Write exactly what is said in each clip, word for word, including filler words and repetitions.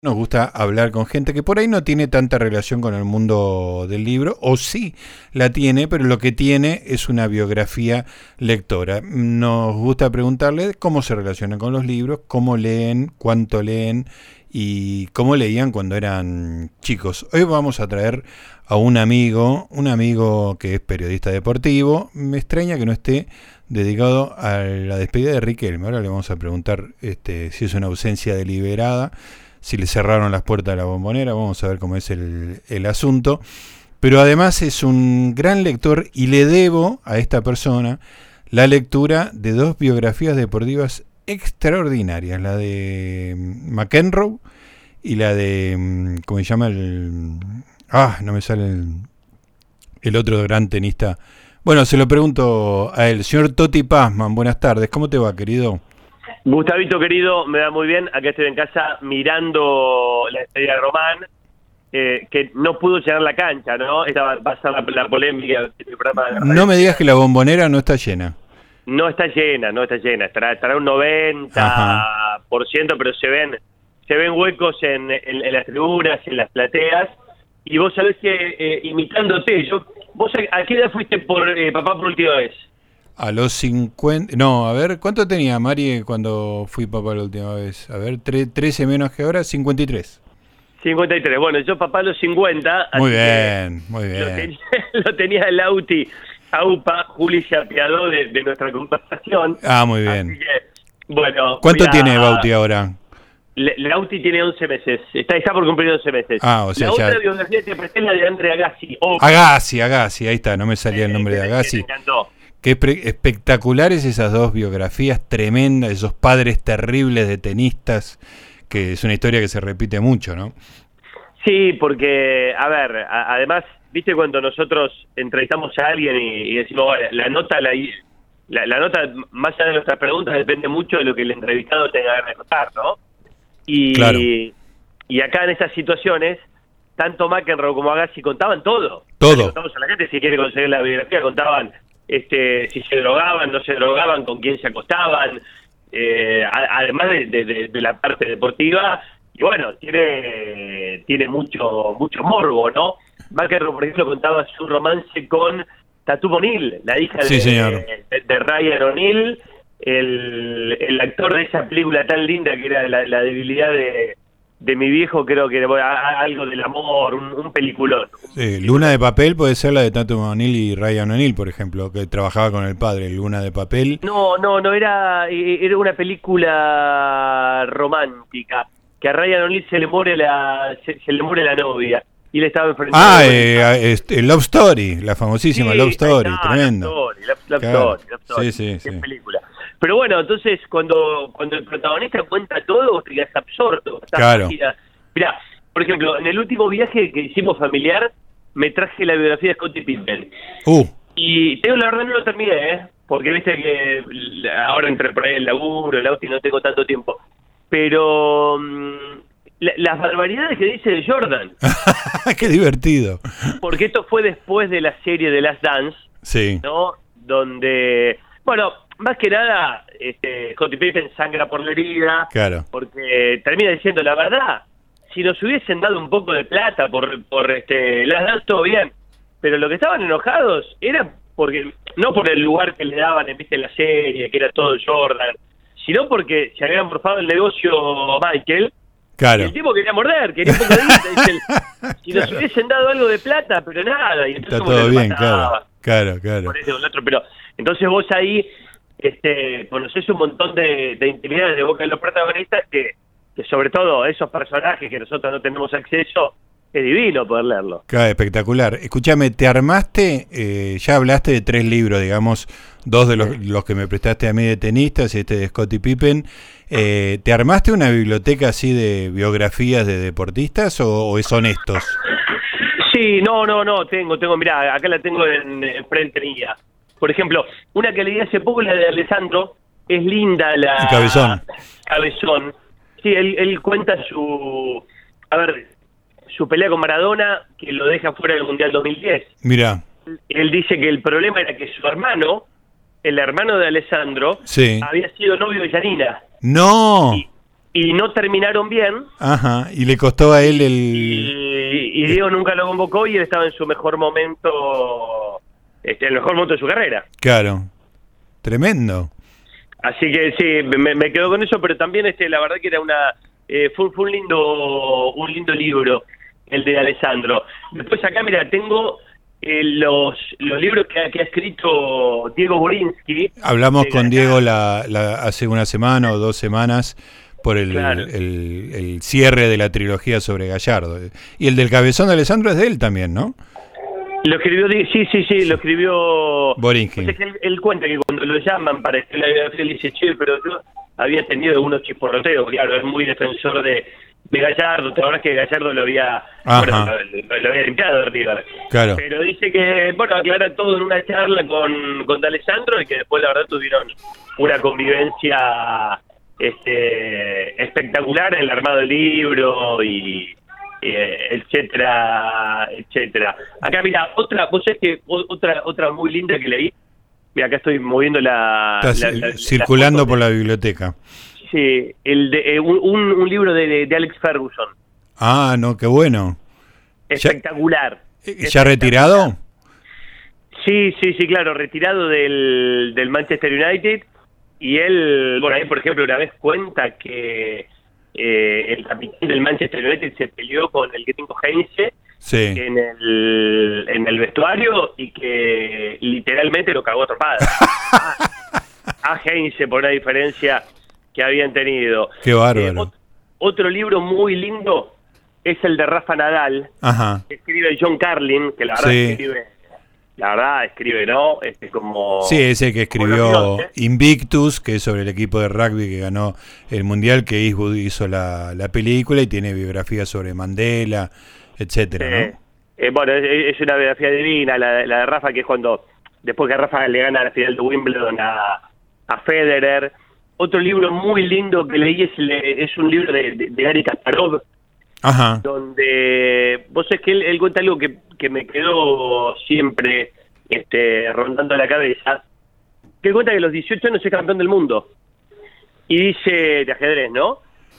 Nos gusta hablar con gente que por ahí no tiene tanta relación con el mundo del libro, o sí la tiene, pero lo que tiene es una biografía lectora. Nos gusta preguntarle cómo se relacionan con los libros, cómo leen, cuánto leen y cómo leían cuando eran chicos. Hoy vamos a traer a un amigo, un amigo que es periodista deportivo. Me extraña que no esté dedicado a la despedida de Riquelme. Ahora le vamos a preguntar este, si es una ausencia deliberada, si le cerraron las puertas de la Bombonera, vamos a ver cómo es el, el asunto. Pero además es un gran lector y le debo a esta persona la lectura de dos biografías deportivas extraordinarias, la de McEnroe y la de, ¿cómo se llama? El, ah, no me sale el, el otro gran tenista. Bueno, se lo pregunto a él. Señor Toti Pazman, buenas tardes, ¿cómo te va, querido? Gustavito, querido, me va muy bien. Acá estoy en casa mirando la despedida de Román, eh, que no pudo llenar la cancha, ¿no? Esta va, va a ser la, la polémica del programa. No me digas que la Bombonera no está llena. No está llena, no está llena. Estará, estará un noventa por ciento, pero se ven se ven huecos en, en, en las tribunas, en las plateas. Y vos sabés que, eh, imitándote, yo, ¿vos a, a qué edad fuiste por eh, papá por última vez? A los cincuenta... No, a ver, ¿cuánto tenía Mari cuando fui papá la última vez? A ver, trece menos que ahora, cincuenta y tres. cincuenta y tres. Bueno, yo papá a los cincuenta. Muy bien, muy bien. Lo tenía, lo tenía el Lauti a UPA, Juli se apiadó de, de nuestra conversación. Ah, muy bien. Así que, bueno. ¿Cuánto a, tiene Bauti ahora? Lauti tiene once meses. Está, está por cumplir once meses. Ah, o sea, la ya... otra biografía que te presté es la de Andrea Agassi. Oh, Agassi, Agassi, ahí está, no me salía el nombre de Agassi. Me encantó. Qué pre- espectaculares esas dos biografías, tremendas, esos padres terribles de tenistas, que es una historia que se repite mucho, ¿no? Sí, porque, a ver, a, además, viste cuando nosotros entrevistamos a alguien y, y decimos, bueno, la nota, la, la, la nota, más allá de nuestras preguntas, depende mucho de lo que el entrevistado tenga que contar, ¿no? Y, claro. y acá en esas situaciones, tanto McEnroe como Agassi contaban todo. Todo. Le contamos a la gente, si quiere conseguir la biografía, contaban este si se drogaban, no se drogaban, con quién se acostaban, eh, a, además de, de, de, de la parte deportiva. Y bueno, tiene tiene mucho mucho morbo, ¿no? McEnroe, por ejemplo, contaba su romance con Tatum O'Neal, la hija sí, de, señor. de, de Ryan O'Neal, el, el actor de esa película tan linda que era La, la debilidad de, de mi viejo, creo que bueno, algo del amor, un, un peliculón. Sí, Luna de papel puede ser la de Tatum O'Neal y Ryan O'Neal, por ejemplo, que trabajaba con el padre, Luna de papel. No, no, no, era, era una película romántica, que a Ryan O'Neal se le muere la se, se le muere la novia y le estaba enfrentando. Ah, eh, este, Love Story, la famosísima sí, Love Story, está, tremendo. Love Story, Love, Love claro. Story, Love Story, sí, sí, qué sí. película. Pero bueno, entonces cuando cuando el protagonista cuenta todo, vos te quedás absorto. Claro. Mirá, por ejemplo, en el último viaje que hicimos familiar, me traje la biografía de Scottie Pippen. Uh. Y tengo la verdad no lo terminé, ¿eh? Porque viste que ahora entre por ahí el laburo, el auto y no tengo tanto tiempo. Pero um, la, las barbaridades que dice de Jordan. Qué divertido. Porque esto fue después de la serie de Last Dance, sí. ¿no? Donde, bueno, más que nada, este, Scottie Pippen sangra por la herida. Claro. Porque termina diciendo la verdad. Si nos hubiesen dado un poco de plata por por este Last Dance, todo bien. Pero lo que estaban enojados era porque no por el lugar que le daban en viste la serie, que era todo Jordan, sino porque se habían morfado el negocio Michael. Claro. Y el tipo quería morder, quería un poco de guita. Dice, si nos hubiesen dado algo de plata, pero nada. Y entonces está todo bien, claro. Claro, claro. Por ese, por el otro, pero entonces vos ahí este conocés un montón de, de intimidades de boca de los protagonistas que, que sobre todo esos personajes que nosotros no tenemos acceso, es divino poder leerlo. Claro, espectacular. Escúchame, ¿te armaste? Eh, ya hablaste de tres libros, digamos, dos de los, los que me prestaste a mí de tenistas y este de Scottie Pippen. Eh, ¿Te armaste una biblioteca así de biografías de deportistas o, o son estos? Sí, no, no, no, tengo, tengo, mirá, acá la tengo en, en frente mía. Por ejemplo, una que leí hace poco, la de Alessandro, es linda la... Cabezón. Cabezón. Sí, él, él cuenta su... A ver... su pelea con Maradona, que lo deja fuera del Mundial dos mil diez. Mira. Él dice que el problema era que su hermano, el hermano de Alessandro, sí. había sido novio de Yanina. ¡No! Y, y no terminaron bien. Ajá, y le costó a él el... Y, y Diego nunca lo convocó y él estaba en su mejor momento, este, el mejor momento de su carrera. Claro, tremendo. Así que sí, me, me quedo con eso, pero también este, la verdad que era una... Eh, fue, fue un lindo un lindo libro, el de Alessandro. Después acá, mira, tengo eh, los los libros que ha, que ha escrito Diego Borinsky. Hablamos con Gallardo. Diego la, la, hace una semana o dos semanas por el, Claro. el, el cierre de la trilogía sobre Gallardo. Y el del Cabezón de Alessandro es de él también, ¿no? Lo escribió, Di- sí, sí, sí, lo escribió... Borinsky. O sea, que él, él cuenta que cuando lo llaman para escribir la biografía, le dice, che, pero yo había tenido algunos chisporroteos, claro, es muy defensor de, de Gallardo, la verdad es que Gallardo lo había, bueno, lo, lo había limpiado de River. Claro. Pero dice que, bueno, aclara todo en una charla con, con D'Alessandro y que después la verdad tuvieron una convivencia este espectacular en el armado del libro y... Eh, etcétera, etcétera. Acá mira, otra, vos sabés que o- otra otra muy linda que leí. Mira, acá estoy moviendo la, Estás la- la- circulando las fotos por de- la biblioteca. Sí, el de, eh, un, un, un libro de, de Alex Ferguson. Ah, no, qué bueno. Espectacular. ¿Ya Espectacular. retirado? Sí, sí, sí, claro, retirado del, del Manchester United. Y él, bueno, ahí por ejemplo una vez cuenta que eh, el capitán del Manchester United se peleó con el gringo Heinze Sí. en el, en el vestuario y que literalmente lo cagó a trompadas a, a Heinze por una diferencia que habían tenido. Qué bárbaro. Eh, ot- otro libro muy lindo es el de Rafa Nadal, Ajá. que escribe John Carlin, que la verdad Sí. escribe, la verdad escribe, ¿no? Este como Sí, ese que como los escribió dioses. Invictus, que es sobre el equipo de rugby que ganó el Mundial, que Eastwood hizo la, la película y tiene biografías sobre Mandela, etcétera, Eh, ¿no? eh, bueno, es, es una biografía divina, la, la de Rafa, que es cuando, después que Rafa le gana la final de Wimbledon a, a Federer. Otro libro muy lindo que leí es, le- es un libro de, de, de Gary Kasparov, Ajá. donde vos sabés que él, él cuenta algo que, que me quedó siempre este, rondando la cabeza, que él cuenta que a los dieciocho años es campeón del mundo, y dice, de ajedrez, ¿no?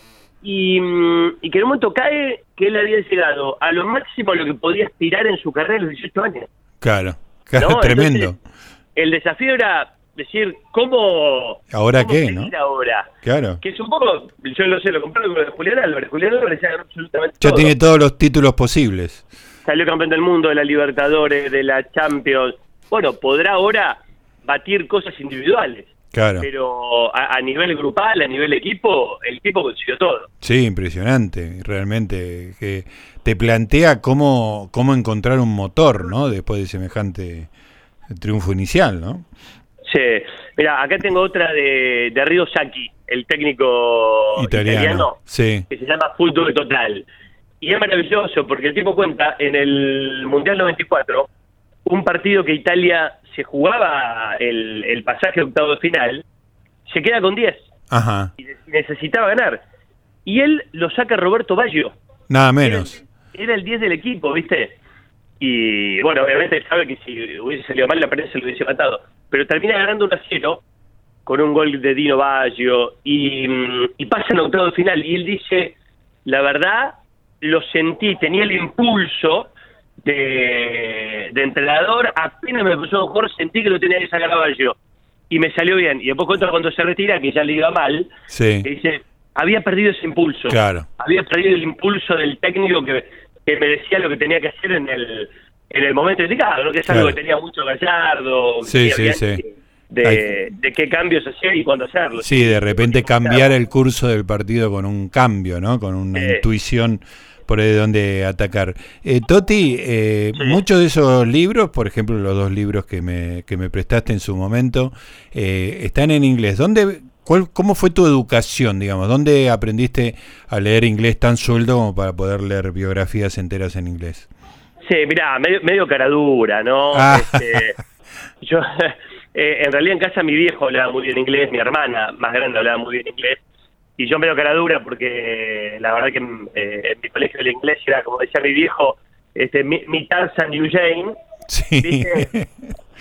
Y, mm, y que en un momento cae que él había llegado a lo máximo a lo que podía aspirar en su carrera a los dieciocho años. Claro. Claro, ¿no? tremendo. Entonces, el desafío era decir, ¿cómo... ¿Ahora cómo qué, seguir no? ahora? Claro. Que es un poco, yo lo sé, lo comparo con lo de Julián Álvarez. Julián Álvarez ya ganó absolutamente Ya todo. tiene todos los títulos posibles. Salió campeón del mundo, de la Libertadores, de la Champions. Bueno, podrá ahora batir cosas individuales. Claro. Pero a, a nivel grupal, a nivel equipo, el equipo consiguió todo. Sí, impresionante, realmente. Que te plantea cómo, cómo encontrar un motor, ¿no? Después de semejante triunfo inicial, ¿no? Sí. Mira, acá tengo otra de, de Rio Sacchi, el técnico Italiano. italiano, Sí. que se llama Fútbol Total. Y es maravilloso porque el tipo cuenta en el Mundial noventa y cuatro, un partido que Italia se jugaba el, el pasaje a octavo de final, se queda con diez Ajá. y necesitaba ganar. Y él lo saca Roberto Baggio. Nada menos. Era, era el diez del equipo, ¿viste? Y bueno, obviamente sabe que si hubiese salido mal la prensa lo hubiese matado. Pero termina ganando uno a cero con un gol de Dino Baggio y, y pasan a octavo de final. Y él dice, la verdad, lo sentí, tenía el impulso de, de entrenador, apenas me puso a jugar, sentí que lo tenía que sacar a Baggio. Y me salió bien. Y después cuando, cuando se retira, que ya le iba mal, Sí. que dice, había perdido ese impulso. Claro. Había perdido el impulso del técnico que, que me decía lo que tenía que hacer en el en el momento indicado, ¿no? Que es algo Claro. que tenía mucho Gallardo, Sí, que sí, había sí. De, Hay- de qué cambios hacer y cuándo hacerlos. Sí, de repente cambiar el curso del partido con un cambio, ¿no? Con una Eh. intuición por ahí de dónde atacar. Eh, Toti, eh, Sí. muchos de esos libros, por ejemplo, los dos libros que me, que me prestaste en su momento, eh, están en inglés. ¿Dónde, cuál, ¿Cómo fue tu educación, digamos? ¿Dónde aprendiste a leer inglés tan suelto como para poder leer biografías enteras en inglés? Sí, mirá, medio, medio caradura, ¿no? Ah. Este, yo, eh, en realidad en casa mi viejo hablaba muy bien inglés, mi hermana más grande hablaba muy bien inglés, y yo medio caradura porque la verdad que eh, en mi colegio el inglés era, como decía mi viejo, este, mi, mi Tarzan y Jane, Sí. ¿viste?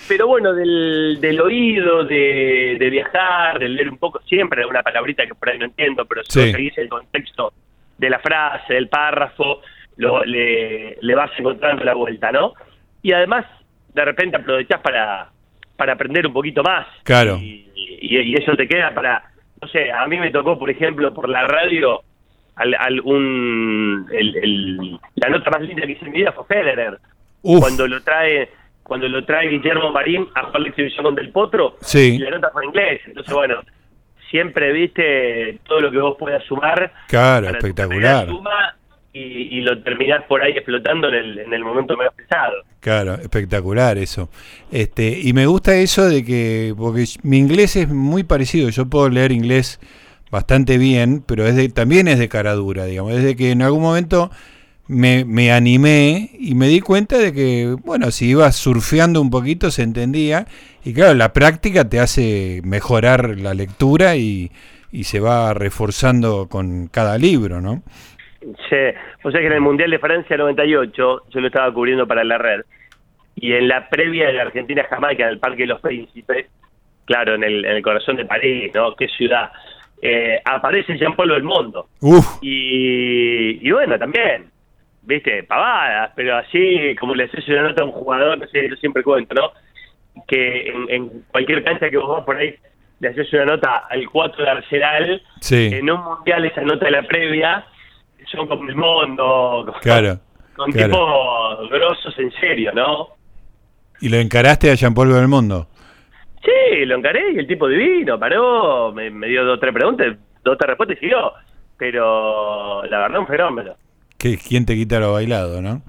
pero bueno, del, del oído, de, de viajar, de leer un poco, siempre una palabrita que por ahí no entiendo, pero si Sí. seguís el contexto de la frase, del párrafo, lo, le, le vas encontrando la vuelta, ¿no? Y además, de repente aprovechás para, para aprender un poquito más. Claro. Y, y, y eso te queda para, no sé, a mí me tocó, por ejemplo, por la radio, al, al un, el, el, la nota más linda que hice en mi vida fue Federer. Uf. Cuando lo trae cuando lo trae Guillermo Marín a jugar la exhibición con Del Potro, Sí. y la nota fue en inglés. Entonces, bueno, siempre viste todo lo que vos puedas sumar. Claro, para tu espectacular. primera suma, y, y lo terminás por ahí explotando en el, en el momento más pesado. Claro, espectacular eso. Este, y me gusta eso de que, porque mi inglés es muy parecido, yo puedo leer inglés bastante bien, pero es de, también es de cara dura, digamos, desde que en algún momento me, me animé y me di cuenta de que, bueno, si ibas surfeando un poquito se entendía, y claro, la práctica te hace mejorar la lectura y, y se va reforzando con cada libro, ¿no? Sí, o sea que en el Mundial de Francia noventa y ocho yo lo estaba cubriendo para la red, y en la previa de Argentina-Jamaica en el Parque de los Príncipes, claro, en el, en el corazón de París, ¿no? Qué ciudad, eh, aparece Jean-Paul Belmondo. Uf. Y, y bueno, también, viste, pavadas, pero así como le haces una nota a un jugador, no sé, yo siempre cuento, ¿no? Que en, en cualquier cancha que vos vas por ahí, le haces una nota al cuatro de Arsenal, Sí. en un Mundial esa nota de la previa son con el mundo, con, Claro, con claro. tipos grosos en serio, ¿no? ¿Y lo encaraste a Jean-Paul Belmondo? Sí, lo encaré y el tipo divino, paró, me, me dio dos o tres preguntas, dos o tres respuestas y siguió. Pero la verdad un fenómeno. ¿Qué, ¿Quién te quita lo bailado, no?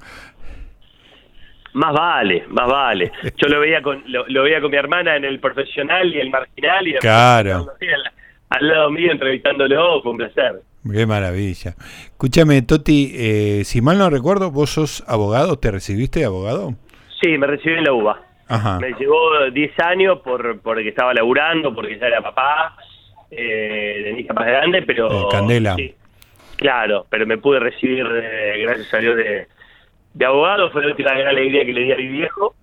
Más vale, más vale. Yo lo veía con lo, lo veía con mi hermana en el profesional y el marginal, y Claro. al, al lado mío entrevistándolo, fue un placer. Qué maravilla. Escúchame, Toti, eh, si mal no recuerdo, ¿vos sos abogado? ¿Te recibiste de abogado? Sí, me recibí en la U B A. Ajá. Me llevó diez años por porque estaba laburando, porque ya era papá eh, de mi hija más grande, pero... Eh, Candela. Sí, claro, pero me pude recibir, eh, gracias a Dios, de, de abogado. Fue la última gran alegría que le di a mi viejo.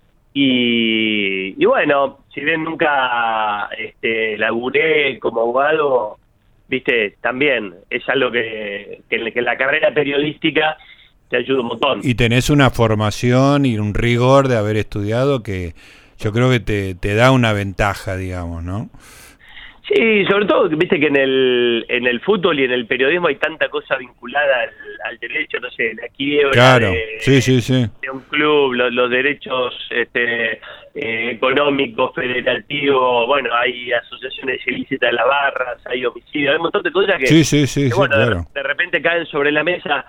Y, y bueno, si bien nunca este, laburé como abogado, viste, también es algo que, que, que en la carrera periodística te ayuda un montón. Y tenés una formación y un rigor de haber estudiado que yo creo que te, te da una ventaja, digamos, ¿no? Sí, sobre todo, viste que en el en el fútbol y en el periodismo hay tanta cosa vinculada al, al derecho, no sé, la quiebra Claro, de, sí, sí, sí. de un club, los, los derechos este, eh, económicos, federativos, bueno, hay asociaciones ilícitas de las barras, hay homicidios, hay un montón de cosas que, Sí, sí, sí, que, sí, bueno, claro. de, de repente caen sobre la mesa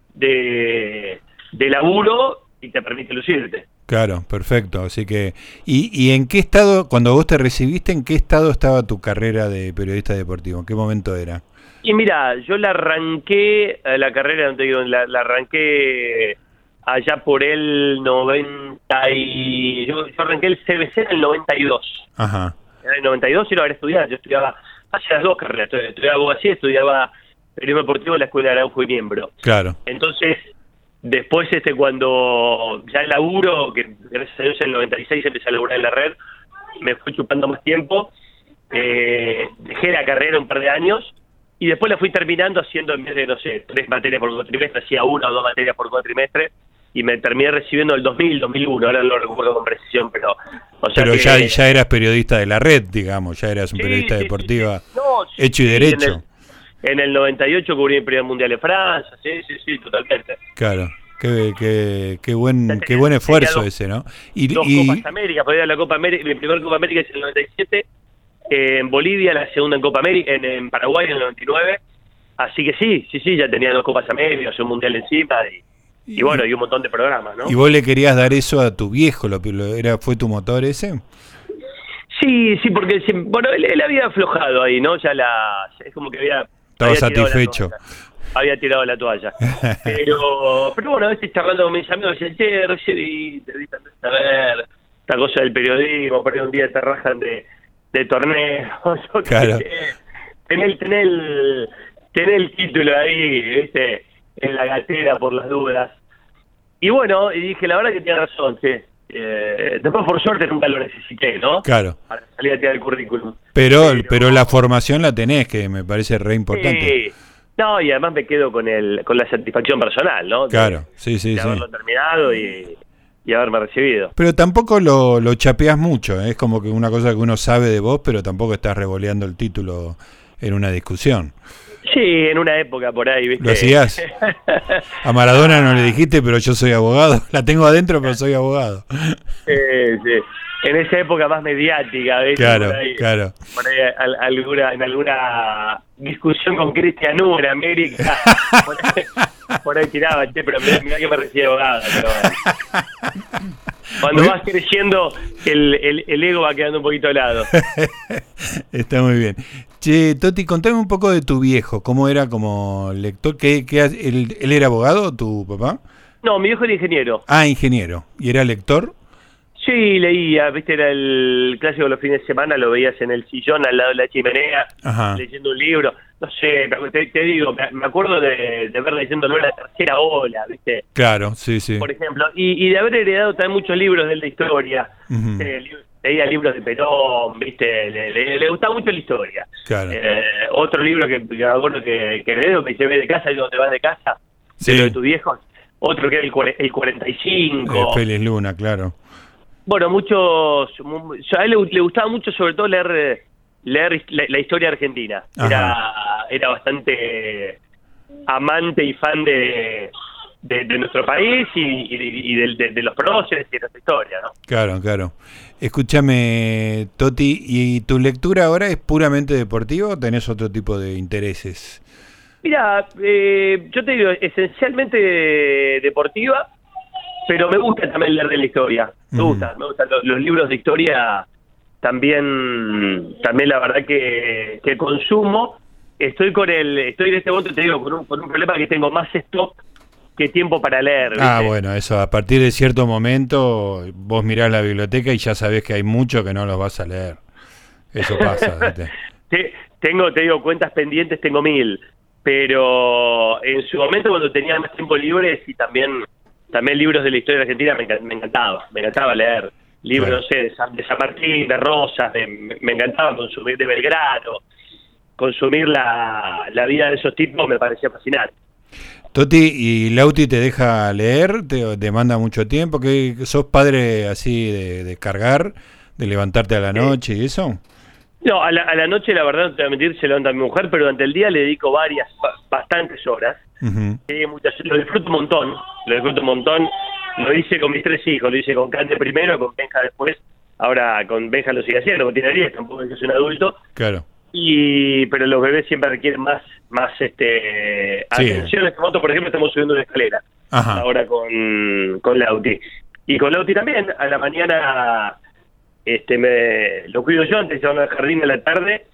de, de laburo y te permite lucirte. Claro, perfecto. Así que, ¿y, ¿y en qué estado, cuando vos te recibiste, en qué estado estaba tu carrera de periodista deportivo? ¿En qué momento era? Y mira, yo la arranqué, eh, la carrera, no te digo, la, la arranqué allá por el noventa y... Yo, yo arranqué el C B C en el noventa y dos. Ajá. En el noventa y dos iba a haber estudiado, yo estudiaba, hacía las dos carreras, estudiaba abogacía, estudiaba periodismo deportivo en la Escuela de Araujo y Miembro. Claro. Entonces, después este cuando ya el laburo, que gracias a Dios en el noventa y seis empecé a laburar en la red, me fui chupando más tiempo, eh, dejé la carrera un par de años y después la fui terminando haciendo, en vez de, no sé, tres materias por cuatrimestre, hacía una o dos materias por cuatrimestre y me terminé recibiendo el dos mil, dos mil uno, ahora no lo recuerdo con precisión, pero... O sea Pero que, ya, ya eras periodista de la red, digamos, ya eras un Sí, periodista sí, deportiva sí, sí. No, sí, hecho y sí, derecho. En el, en el noventa y ocho cubrí el primer mundial de Francia, sí, sí, sí, totalmente. Claro, qué, qué, qué buen Ya qué tenía- buen esfuerzo tenía dos- ese, ¿no? Y, Dos y- Copas América, podía la Copa América, mi primer Copa América es en el noventa y siete, eh, en Bolivia la segunda en Copa América, en, en Paraguay en el noventa y nueve, así que sí, sí, sí, ya tenía dos Copas América, un mundial encima y, y bueno, y un montón de programas, ¿no? y vos le querías dar eso a tu viejo, lo, lo- era ¿fue tu motor ese? Sí, sí, porque sí, bueno, él, él había aflojado ahí, ¿no? Ya la, es como que había... Estaba había tirado la satisfecho. toalla. Había tirado la toalla. Pero, pero bueno, a veces charlando con mis amigos, decían, che, recién debí saber esta cosa del periodismo, por ahí un día te rajan de, de torneo. Yo qué Claro. sé. Tené, el- tené, el, tené el título ahí, viste, en la gatera por las dudas. Y bueno, y dije, la verdad que tiene razón, che. Eh, después, por suerte, nunca lo necesité, ¿no? Claro. Para salir a tirar el currículum. Pero, pero, pero la formación la tenés, que me parece re importante. Sí. No, y además me quedo con el con la satisfacción personal, ¿no? Claro, de, sí, sí, de sí. haberlo terminado y, y haberme recibido. Pero tampoco lo, lo chapeás mucho, ¿eh? Es como que una cosa que uno sabe de vos, pero tampoco estás revoleando el título en una discusión. Sí, en una época por ahí, ¿viste? ¿Lo hacías? A Maradona no le dijiste, pero yo soy abogado. La tengo adentro, pero soy abogado. Eh, sí. En esa época más mediática, ¿viste? Claro, por ahí, claro. Por ahí al, alguna, en alguna discusión con Cristian U en América, por ahí, por ahí tiraba, che, pero mirá que me recibí abogado. Pero cuando muy... vas creciendo, el, el, el ego va quedando un poquito al lado. Está muy bien. Che, Toti, contame un poco de tu viejo. ¿Cómo era como lector? ¿Qué, qué, él, ¿Él era abogado, tu papá? No, mi viejo era ingeniero. Ah, ingeniero. ¿Y era lector? Sí, leía, viste, era el clásico de los fines de semana, lo veías en el sillón al lado de la chimenea, Ajá. leyendo un libro. No sé, te, te digo, me acuerdo de, de ver leyéndolo en la tercera ola, viste. Claro, sí, sí. Por ejemplo, y, y de haber heredado también muchos libros de él de historia. Uh-huh. eh, leía libros de Perón, viste, le, le, le gustaba mucho la historia. Claro. Eh, otro libro que, que me acuerdo que, que heredó, me llevé de casa, y donde vas de casa, sí. de lo de tus viejos. Otro que era el, el cuarenta y cinco. Eh, Félix Luna, claro. Bueno, muchos, a él le, le gustaba mucho sobre todo leer leer la, la historia argentina. Era era bastante amante y fan de, de, de nuestro país y, y, y de, de, de los próceres y de nuestra historia, ¿no? Claro, claro. Escúchame, Toti, ¿y tu lectura ahora es puramente deportiva o tenés otro tipo de intereses? Mira, eh, yo te digo, esencialmente deportiva, pero me gusta también leer de la historia. Me uh-huh. gusta, me gustan los, los libros de historia también, también la verdad que, que consumo. Estoy con el, estoy en este momento, te digo, con un, con un problema que tengo más stock que tiempo para leer, ¿viste? Ah, bueno, eso, a partir de cierto momento vos mirás la biblioteca y ya sabés que hay mucho que no los vas a leer. Eso pasa, ¿viste? te, tengo, te digo, cuentas pendientes tengo mil, pero en su momento cuando tenía más tiempo libre y también también libros de la historia argentina me, me encantaba, me encantaba leer libros, claro. no sé, de San, de San Martín, de Rosas, de, me, me encantaba consumir de Belgrano, consumir la, la vida de esos tipos me parecía fascinante. Toti, ¿y Lauti te deja leer? ¿Te demanda mucho tiempo? ¿Que sos padre así de, de cargar, de levantarte a la noche y eso? No, a la, a la noche la verdad, no te voy a mentir, se levanta mi mujer, pero durante el día le dedico varias, bastantes horas. Uh-huh. Eh, muchas, lo disfruto un montón, lo disfruto un montón. Lo hice con mis tres hijos, lo hice con Cande primero, con Benja después. Ahora con Benja lo sigue haciendo, porque tiene diez, tampoco es que es un adulto. Claro. Y pero los bebés siempre requieren más más este sí. atención. En este momento, por ejemplo, estamos subiendo una escalera. Ajá. Ahora con, con Lauti. Y con Lauti también, a la mañana este me lo cuido yo antes de llevarlo al jardín a la tarde.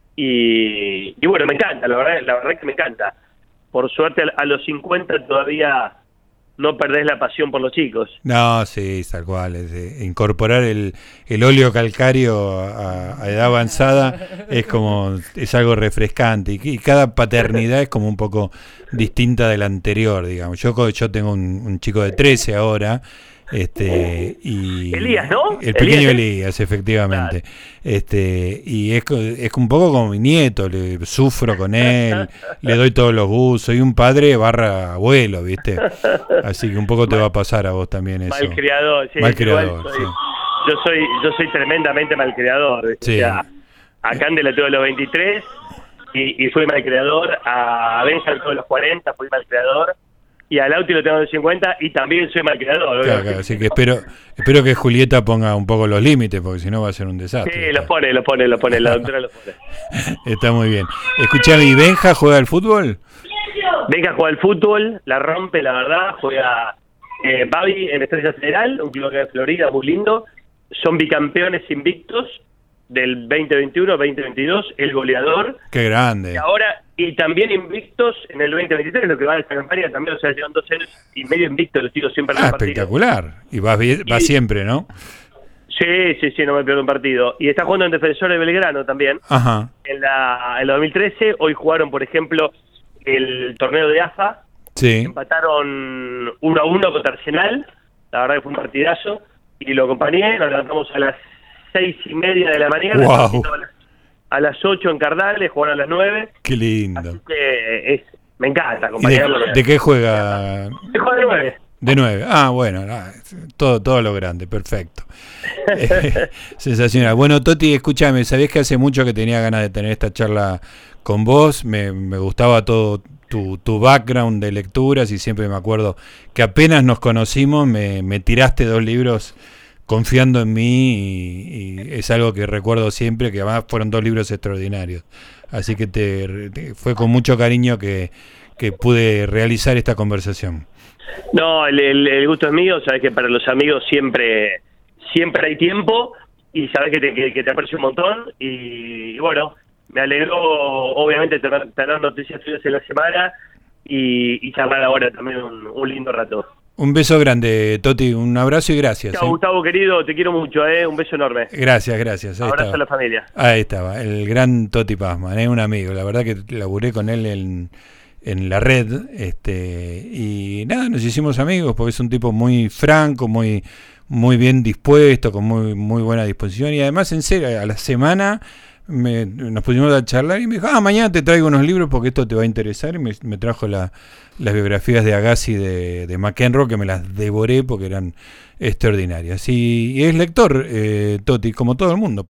Y, y bueno, me encanta, la verdad, la verdad que me encanta. Por suerte a, a los cincuenta todavía no perdés la pasión por los chicos. No, sí, tal cual. Es, eh, incorporar el, el óleo calcáreo a, a edad avanzada es como es algo refrescante y, y cada paternidad es como un poco distinta de la anterior, digamos. Yo yo tengo un, un chico de trece ahora. Este y Elías, ¿no? El pequeño Elías, Elías, efectivamente. Claro. Este y es, es un poco como mi nieto, le sufro con él, le doy todos los gustos, soy un padre barra abuelo, ¿viste? Así que un poco te va a pasar a vos también eso. Malcriador, sí. Malcriador, soy, sí. Yo soy yo soy tremendamente malcriador, ¿viste? Sí. O sea, a Cande la tuve a los veintitrés y, y fui malcriador, a Benja tuve a los cuarenta, fui malcriador. Y a Lauti lo tengo de cincuenta y también soy malcriador. Claro, claro, así que espero espero que Julieta ponga un poco los límites, porque si no va a ser un desastre. Sí, los pone, los pone, los pone, la doctora los pone. Está muy bien. Escuchame, ¿y Benja juega al fútbol? Benja juega al fútbol, la rompe, la verdad, juega eh, Babi en Estrella Federal, un club de Florida muy lindo. Son bicampeones invictos del veinte veintiuno veinte veintidós, el goleador. Qué grande. Y ahora, y también invictos en el veinte veintitrés, lo que va de esta campaña también, o sea, llevan dos años y medio invictos, los chicos siempre Ah, espectacular. Y vas va siempre, ¿no? Sí, sí, sí, no me pierdo un partido. Y está jugando en Defensor de Belgrano también. Ajá. En la en el dos mil trece, hoy jugaron, por ejemplo, el torneo de A F A. Sí. Empataron uno a uno contra Arsenal. La verdad que fue un partidazo. y lo acompañé, nos levantamos a las seis y media de la mañana, wow. a las ocho en Cardales, jugaron a las nueve. Qué lindo. Así que es, me encanta ¿Y acompañarlo. de, ¿De qué juega? Se juega de nueve. De nueve. Ah, bueno, ah, todo, todo lo grande, perfecto. Eh, sensacional. Bueno, Toti, escúchame, sabés que hace mucho que tenía ganas de tener esta charla con vos, me, me gustaba todo tu, tu background de lecturas y siempre me acuerdo que apenas nos conocimos me, me tiraste dos libros confiando en mí y, y es algo que recuerdo siempre, que además fueron dos libros extraordinarios. Así que te, te fue con mucho cariño que, que pude realizar esta conversación. No, el, el, el gusto es mío, sabes que para los amigos siempre siempre hay tiempo y sabes que te, que, que te aprecio un montón y, y bueno, me alegró obviamente tener, tener noticias tuyas en la semana y, y charlar ahora también un, un lindo rato. Un beso grande, Toti, un abrazo y gracias. Chao, ¿eh? Gustavo querido, te quiero mucho, ¿eh? Un beso enorme. Gracias, gracias. Ahí Abrazo estaba. a la familia. Ahí estaba, el gran Toti Pazman, es ¿eh? un amigo, la verdad que laburé con él en, en la red, este y nada, nos hicimos amigos porque es un tipo muy franco, muy muy bien dispuesto, con muy muy buena disposición y además en serio, a la semana me, nos pusimos a charlar y me dijo, ah, mañana te traigo unos libros porque esto te va a interesar y me, me trajo la, las biografías de Agassi de, de McEnroe que me las devoré porque eran extraordinarias y, y es lector, eh, Toti, como todo el mundo.